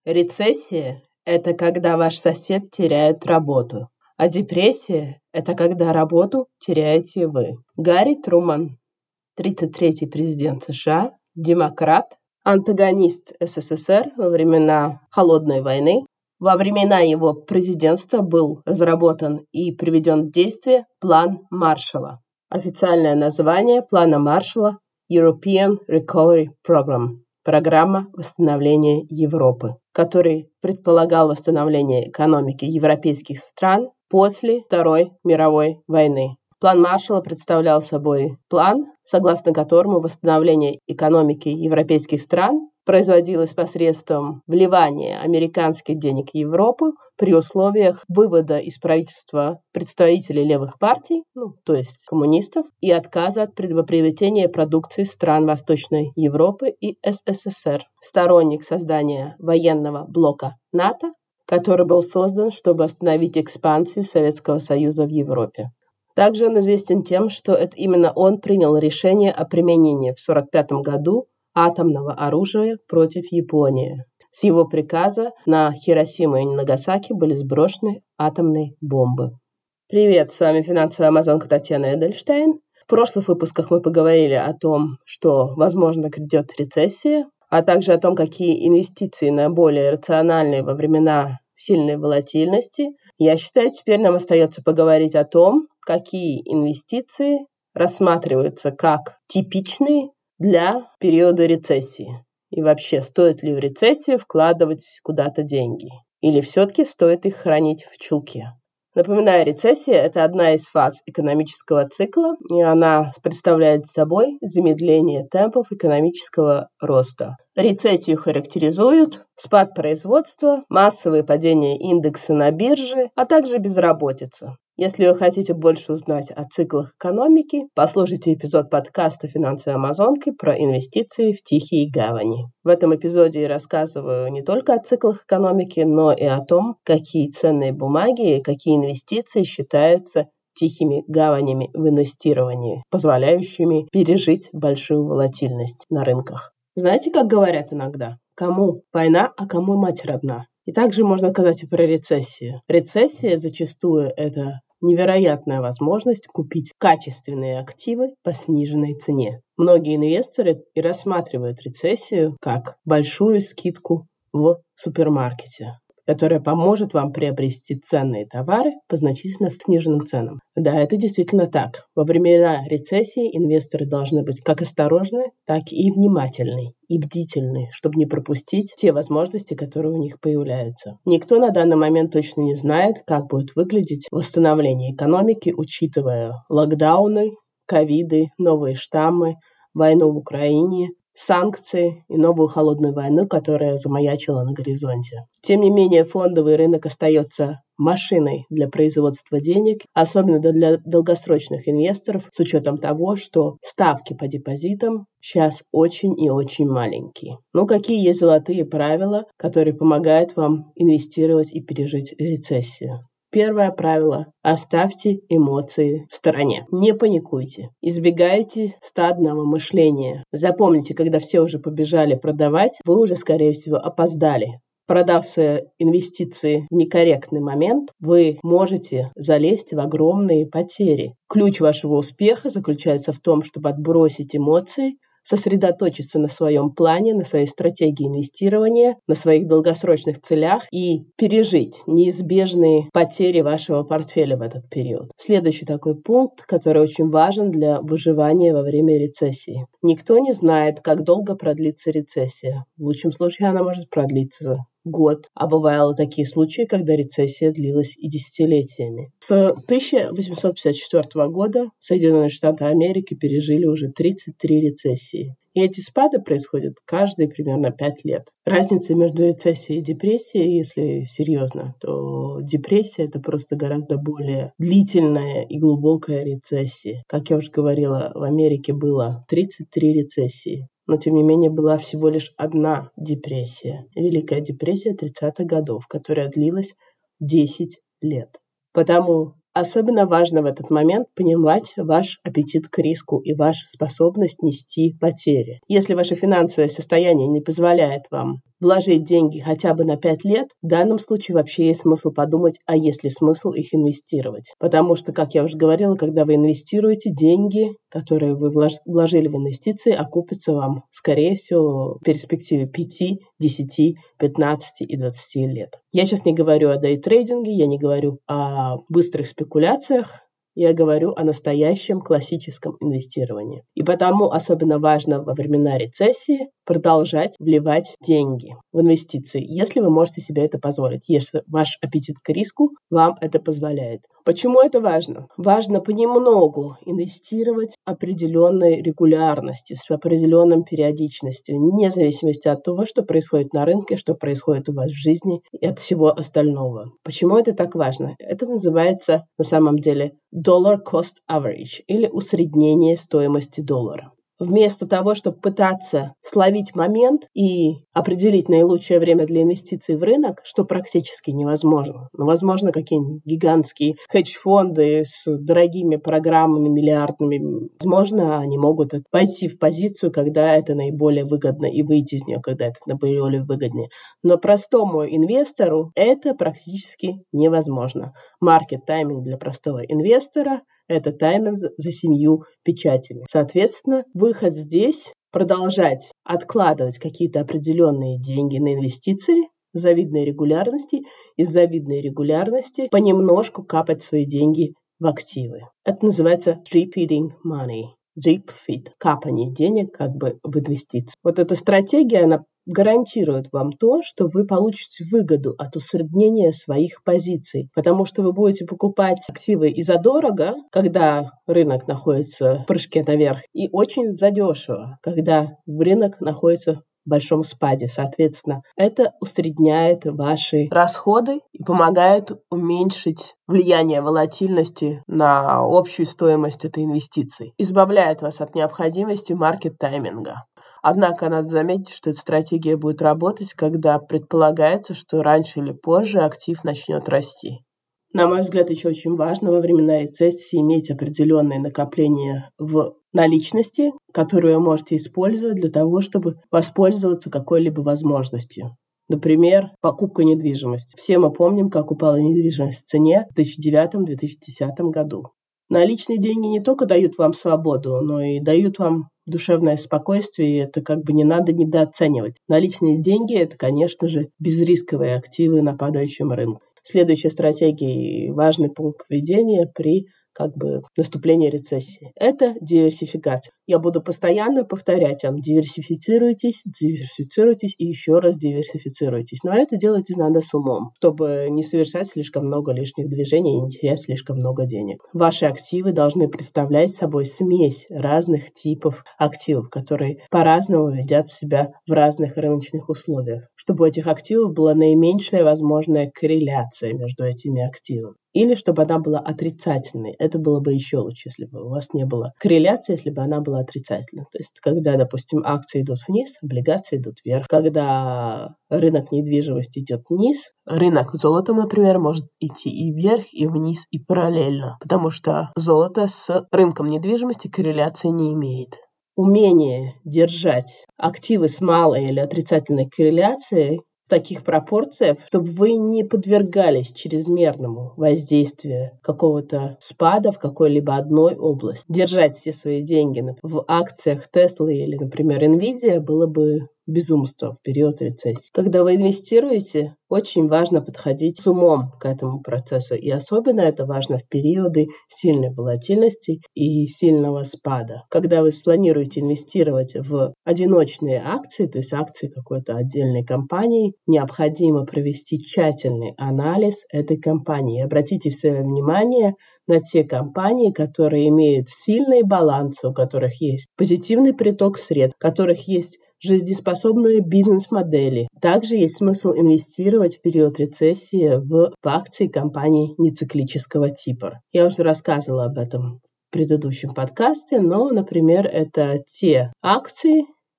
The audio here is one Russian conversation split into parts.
Рецессия– это когда ваш сосед теряет работу, а депрессия– это когда работу теряете вы. Гарри Труман, 33-й президент США, демократ, антагонист СССР во времена Холодной войны. Во времена его президентства был разработан и приведен в действие план Маршалла. Официальное название плана Маршалла – European Recovery Program – программа восстановления Европы, который предполагал восстановление экономики европейских стран после Второй мировой войны. План Маршалла представлял собой план, согласно которому восстановление экономики европейских стран производилось посредством вливания американских денег в Европу при условиях вывода из правительства представителей левых партий, то есть коммунистов, и отказа от приобретения продукции стран Восточной Европы и СССР. Сторонник создания военного блока НАТО, который был создан, чтобы остановить экспансию Советского Союза в Европе. Также он известен тем, что это именно он принял решение о применении в 1945 году атомного оружия против Японии. С его приказа на Хиросиму и Нагасаки были сброшены атомные бомбы. Привет, с вами финансовая амазонка Татьяна Эдельштейн. В прошлых выпусках мы поговорили о том, что, возможно, грядет рецессия, а также о том, какие инвестиции наиболее рациональные во времена сильной волатильности. Я считаю, теперь нам остается поговорить о том, какие инвестиции рассматриваются как типичные для периода рецессии. И вообще, стоит ли в рецессию вкладывать куда-то деньги? Или все-таки стоит их хранить в чулке? Напоминаю, рецессия – это одна из фаз экономического цикла, и она представляет собой замедление темпов экономического роста. Рецессию характеризуют спад производства, массовые падения индекса на бирже, а также безработица. Если вы хотите больше узнать о циклах экономики, послушайте эпизод подкаста «Финансовой амазонки» про инвестиции в тихие гавани. В этом эпизоде я рассказываю не только о циклах экономики, но и о том, какие ценные бумаги и какие инвестиции считаются тихими гаванями в инвестировании, позволяющими пережить большую волатильность на рынках. Знаете, как говорят иногда? Кому война, а кому мать родна? И также можно сказать и про рецессию. Рецессия зачастую это невероятная возможность купить качественные активы по сниженной цене. Многие инвесторы и рассматривают рецессию как большую скидку в супермаркете, которая поможет вам приобрести ценные товары по значительно сниженным ценам. Да, это действительно так. Во времена рецессии инвесторы должны быть как осторожны, так и внимательны и бдительны, чтобы не пропустить те возможности, которые у них появляются. Никто на данный момент точно не знает, как будет выглядеть восстановление экономики, учитывая локдауны, ковиды, новые штаммы, войну в Украине, санкции и новую холодную войну, которая замаячила на горизонте. Тем не менее, фондовый рынок остается машиной для производства денег, особенно для долгосрочных инвесторов, с учетом того, что ставки по депозитам сейчас очень и очень маленькие. Какие есть золотые правила, которые помогают вам инвестировать и пережить рецессию? Первое правило – оставьте эмоции в стороне. Не паникуйте. Избегайте стадного мышления. Запомните, когда все уже побежали продавать, вы уже, скорее всего, опоздали. Продав свои инвестиции в некорректный момент, вы можете залезть в огромные потери. Ключ вашего успеха заключается в том, чтобы отбросить эмоции, сосредоточиться на своем плане, на своей стратегии инвестирования, на своих долгосрочных целях и пережить неизбежные потери вашего портфеля в этот период. Следующий такой пункт, который очень важен для выживания во время рецессии. Никто не знает, как долго продлится рецессия. В лучшем случае она может продлиться год, а бывали такие случаи, когда рецессия длилась и десятилетиями. С 1854 года Соединенные Штаты Америки пережили уже 33 рецессии. И эти спады происходят каждые примерно 5 лет. Разница между рецессией и депрессией, если серьезно, то депрессия – это просто гораздо более длительная и глубокая рецессия. Как я уже говорила, в Америке было 33 рецессии. Но, тем не менее, была всего лишь одна депрессия. Великая депрессия 30-х годов, которая длилась 10 лет. Потому Особенно важно в этот момент понимать ваш аппетит к риску и вашу способность нести потери. Если ваше финансовое состояние не позволяет вам вложить деньги хотя бы на 5 лет, в данном случае вообще есть смысл подумать, а есть ли смысл их инвестировать. Потому что, как я уже говорила, когда вы инвестируете, деньги, которые вы вложили в инвестиции, окупятся вам, скорее всего, в перспективе 5, 10, 15 и 20 лет. Я сейчас не говорю о дейтрейдинге, я не говорю о быстрых спекуляциях, я говорю о настоящем классическом инвестировании. И потому особенно важно во времена рецессии продолжать вливать деньги в инвестиции, если вы можете себе это позволить, если ваш аппетит к риску вам это позволяет. Почему это важно? Важно понемногу инвестировать определенной регулярностью, с определенной периодичностью, вне зависимости от того, что происходит на рынке, что происходит у вас в жизни и от всего остального. Почему это так важно? Это называется на самом деле dollar cost average или усреднение стоимости доллара. Вместо того, чтобы пытаться словить момент и определить наилучшее время для инвестиций в рынок, что практически невозможно. Но, возможно, какие-нибудь гигантские хедж-фонды с дорогими программами миллиардными, возможно, они могут войти в позицию, когда это наиболее выгодно, и выйти из нее, когда это наиболее выгоднее. Но простому инвестору это практически невозможно. Маркет-тайминг для простого инвестора – это тайминг за 7 печатями. Соответственно, выход здесь – продолжать откладывать какие-то определенные деньги на инвестиции с завидной регулярности и с завидной регулярности понемножку капать свои деньги в активы. Это называется drip-feeding money. Drip-feed – капание денег как бы в инвестиции. Вот эта стратегия, она гарантирует вам то, что вы получите выгоду от усреднения своих позиций, потому что вы будете покупать активы и задорого, когда рынок находится в прыжке наверх, и очень задешево, когда рынок находится в большом спаде. Соответственно, это усредняет ваши расходы и помогает уменьшить влияние волатильности на общую стоимость этой инвестиции. Избавляет вас от необходимости маркет-тайминга. Однако надо заметить, что эта стратегия будет работать, когда предполагается, что раньше или позже актив начнет расти. На мой взгляд, еще очень важно во времена рецессии иметь определенные накопления в наличности, которые вы можете использовать для того, чтобы воспользоваться какой-либо возможностью. Например, покупка недвижимости. Все мы помним, как упала недвижимость в цене в 2009-2010 году. Наличные деньги не только дают вам свободу, но и дают вам душевное спокойствие, и это как бы не надо недооценивать. Наличные деньги – это, конечно же, безрисковые активы на падающем рынке. Следующая стратегия и важный пункт поведения при наступлении рецессии – это диверсификация. Я буду постоянно повторять вам: диверсифицируйтесь и еще раз диверсифицируйтесь. Но это делать надо с умом, чтобы не совершать слишком много лишних движений и не терять слишком много денег. Ваши активы должны представлять собой смесь разных типов активов, которые по-разному ведут себя в разных рыночных условиях, чтобы у этих активов была наименьшая возможная корреляция между этими активами. Или чтобы она была отрицательной. Это было бы еще лучше, если бы у вас не было корреляции, если бы она была отрицательной. То есть, когда, допустим, акции идут вниз, облигации идут вверх. Когда рынок недвижимости идет вниз, рынок золота, например, может идти и вверх, и вниз, и параллельно. Потому что золото с рынком недвижимости корреляции не имеет. Умение держать активы с малой или отрицательной корреляцией в таких пропорциях, чтобы вы не подвергались чрезмерному воздействию какого-то спада в какой-либо одной области. Держать все свои деньги в акциях Tesla или, например, Nvidia было бы безумство в период рецессии. Когда вы инвестируете, очень важно подходить с умом к этому процессу. И особенно это важно в периоды сильной волатильности и сильного спада. Когда вы спланируете инвестировать в одиночные акции, то есть акции какой-то отдельной компании, необходимо провести тщательный анализ этой компании. Обратите свое внимание на те компании, которые имеют сильные балансы, у которых есть позитивный приток средств, у которых есть жизнеспособные бизнес-модели. Также есть смысл инвестировать в период рецессии в акции компаний нециклического типа. Я уже рассказывала об этом в предыдущем подкасте, но, например, это те акции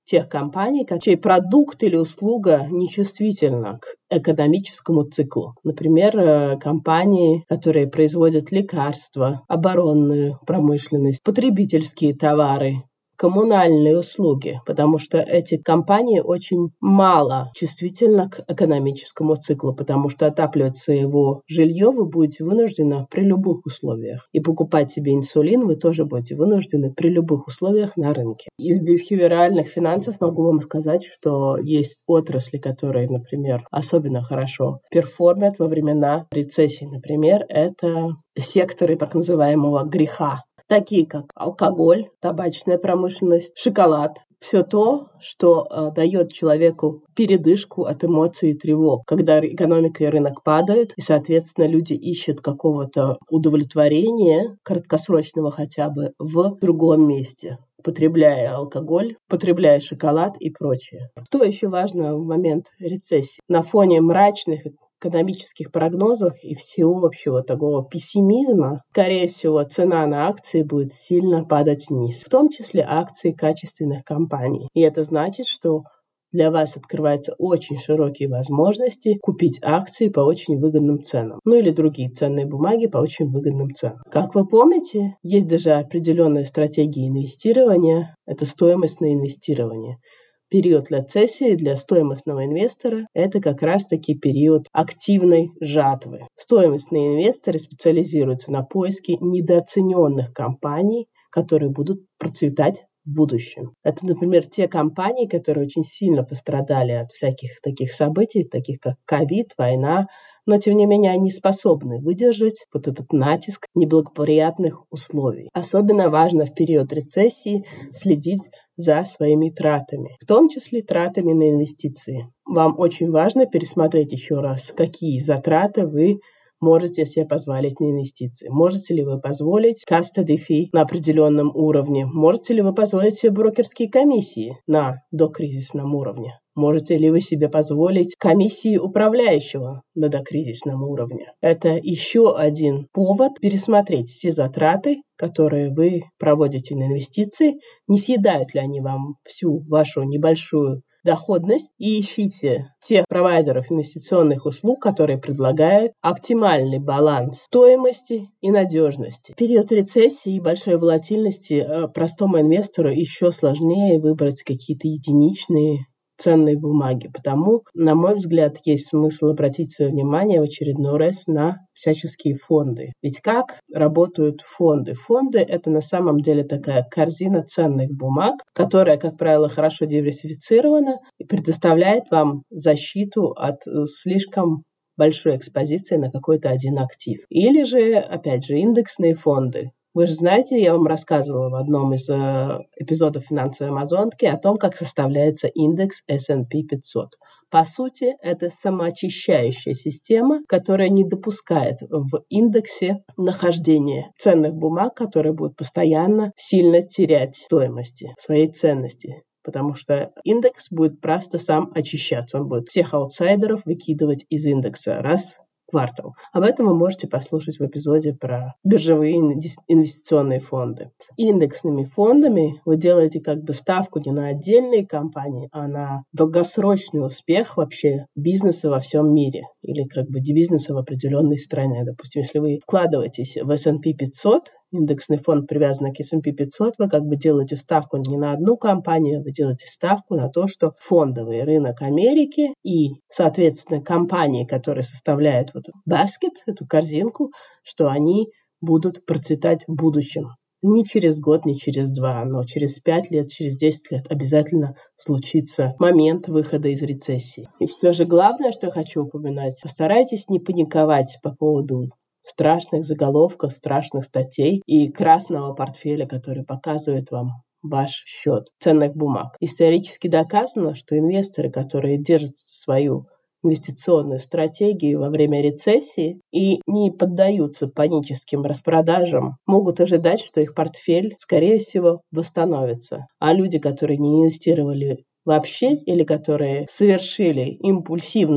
тех компаний, чей продукт или услуга нечувствительна к экономическому циклу. Например, компании, которые производят лекарства, оборонную промышленность, потребительские товары, коммунальные услуги, потому что эти компании очень мало чувствительны к экономическому циклу, потому что отапливать своего жилье вы будете вынуждены при любых условиях. И покупать себе инсулин вы тоже будете вынуждены при любых условиях на рынке. Из бихевиоральных финансов могу вам сказать, что есть отрасли, которые, например, особенно хорошо перформят во времена рецессии. Например, это секторы так называемого греха, такие как алкоголь, табачная промышленность, шоколад. Все то, что дает человеку передышку от эмоций и тревог, когда экономика и рынок падают, и, соответственно, люди ищут какого-то удовлетворения, краткосрочного хотя бы, в другом месте, потребляя алкоголь, потребляя шоколад и прочее. Что еще важно в момент рецессии? На фоне мрачных экономических прогнозов и всего общего такого пессимизма, скорее всего, цена на акции будет сильно падать вниз, в том числе акции качественных компаний. И это значит, что для вас открываются очень широкие возможности купить акции по очень выгодным ценам. Ну или другие ценные бумаги по очень выгодным ценам. Как вы помните, есть даже определенная стратегия инвестирования. Это стоимостное инвестирование. Период рецессии для стоимостного инвестора – это как раз-таки период активной жатвы. Стоимостные инвесторы специализируются на поиске недооцененных компаний, которые будут процветать в будущем. Это, например, те компании, которые очень сильно пострадали от всяких таких событий, таких как ковид, война, но, тем не менее, они способны выдержать вот этот натиск неблагоприятных условий. Особенно важно в период рецессии следить за своими тратами, в том числе тратами на инвестиции. Вам очень важно пересмотреть еще раз, какие затраты вы можете себе позволить на инвестиции. Можете ли вы позволить custody fee на определенном уровне? Можете ли вы позволить себе брокерские комиссии на докризисном уровне? Можете ли вы себе позволить комиссии управляющего на докризисном уровне? Это еще один повод пересмотреть все затраты, которые вы проводите на инвестиции. Не съедают ли они вам всю вашу небольшую доходность, и ищите тех провайдеров инвестиционных услуг, которые предлагают оптимальный баланс стоимости и надежности. В период рецессии и большой волатильности простому инвестору еще сложнее выбрать какие-то единичные ценные бумаги. Потому, на мой взгляд, есть смысл обратить свое внимание в очередной раз на всяческие фонды. Ведь как работают фонды? Фонды – это на самом деле такая корзина ценных бумаг, которая, как правило, хорошо диверсифицирована и предоставляет вам защиту от слишком большой экспозиции на какой-то один актив. Или же, опять же, индексные фонды. Вы же знаете, я вам рассказывала в одном из эпизодов «Финансовой амазонки» о том, как составляется индекс S&P 500. По сути, это самоочищающая система, которая не допускает в индексе нахождения ценных бумаг, которые будут постоянно сильно терять стоимости, своей ценности. Потому что индекс будет просто сам очищаться. Он будет всех аутсайдеров выкидывать из индекса раз в квартал. Об этом вы можете послушать в эпизоде про биржевые инвестиционные фонды. С индексными фондами вы делаете как бы ставку не на отдельные компании, а на долгосрочный успех вообще бизнеса во всем мире или как бы бизнеса в определенной стране. Допустим, если вы вкладываетесь в S&P 500, индексный фонд привязан к S&P 500, вы как бы делаете ставку не на одну компанию, вы делаете ставку на то, что фондовый рынок Америки и, соответственно, компании, которые составляют вот basket, эту корзинку, что они будут процветать в будущем. Не через год, не через 2, но через 5 лет, через 10 лет обязательно случится момент выхода из рецессии. И все же главное, что я хочу упоминать, постарайтесь не паниковать по поводу страшных заголовков, страшных статей и красного портфеля, который показывает вам ваш счет ценных бумаг. Исторически доказано, что инвесторы, которые держат свою инвестиционную стратегию во время рецессии и не поддаются паническим распродажам, могут ожидать, что их портфель, скорее всего, восстановится. А люди, которые не инвестировали вообще или которые совершили импульсивные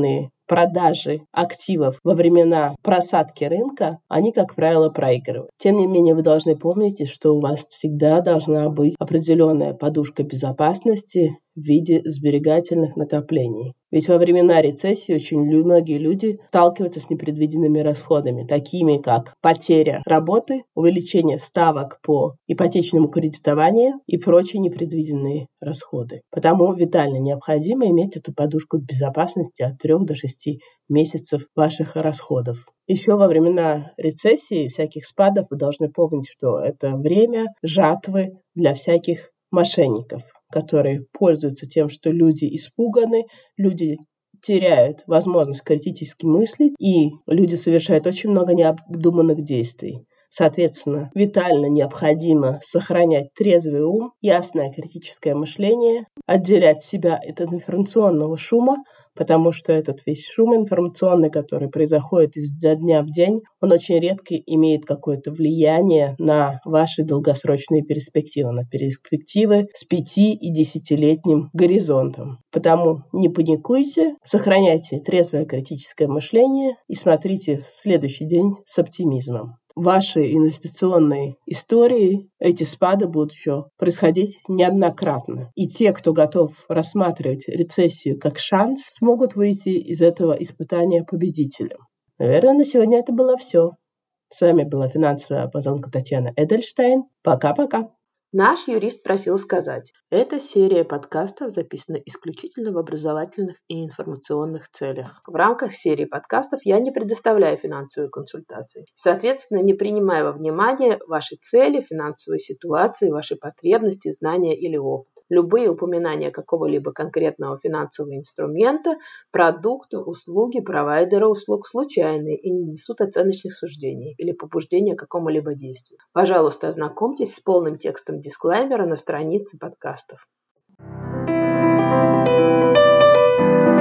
продажи активов во времена просадки рынка, они, как правило, проигрывают. Тем не менее, вы должны помнить, что у вас всегда должна быть определенная подушка безопасности в виде сберегательных накоплений. Ведь во времена рецессии очень многие люди сталкиваются с непредвиденными расходами, такими как потеря работы, увеличение ставок по ипотечному кредитованию и прочие непредвиденные расходы. Потому витально необходимо иметь эту подушку безопасности от 3 до 6 месяцев ваших расходов. Еще во времена рецессии и всяких спадов вы должны помнить, что это время жатвы для всяких мошенников, которые пользуются тем, что люди испуганы, люди теряют возможность критически мыслить, и люди совершают очень много необдуманных действий. Соответственно, витально необходимо сохранять трезвый ум, ясное критическое мышление, отделять себя от информационного шума, потому что этот весь шум информационный, который происходит изо дня в день, он очень редко имеет какое-то влияние на ваши долгосрочные перспективы, на перспективы с 5 и 10-летним горизонтом. Потому не паникуйте, сохраняйте трезвое критическое мышление и смотрите в следующий день с оптимизмом. Ваши инвестиционные истории, эти спады будут еще происходить неоднократно. И те, кто готов рассматривать рецессию как шанс, смогут выйти из этого испытания победителем. Наверное, на сегодня это было все. С вами была финансовая амазонка Татьяна Эдельштейн. Пока-пока. Наш юрист просил сказать, эта серия подкастов записана исключительно в образовательных и информационных целях. В рамках серии подкастов я не предоставляю финансовые консультации. Соответственно, не принимаю во внимание ваши цели, финансовые ситуации, ваши потребности, знания или опыт. Любые упоминания какого-либо конкретного финансового инструмента, продукта, услуги, провайдера услуг случайные и не несут оценочных суждений или побуждения к какому-либо действию. Пожалуйста, ознакомьтесь с полным текстом дисклеймера на странице подкастов.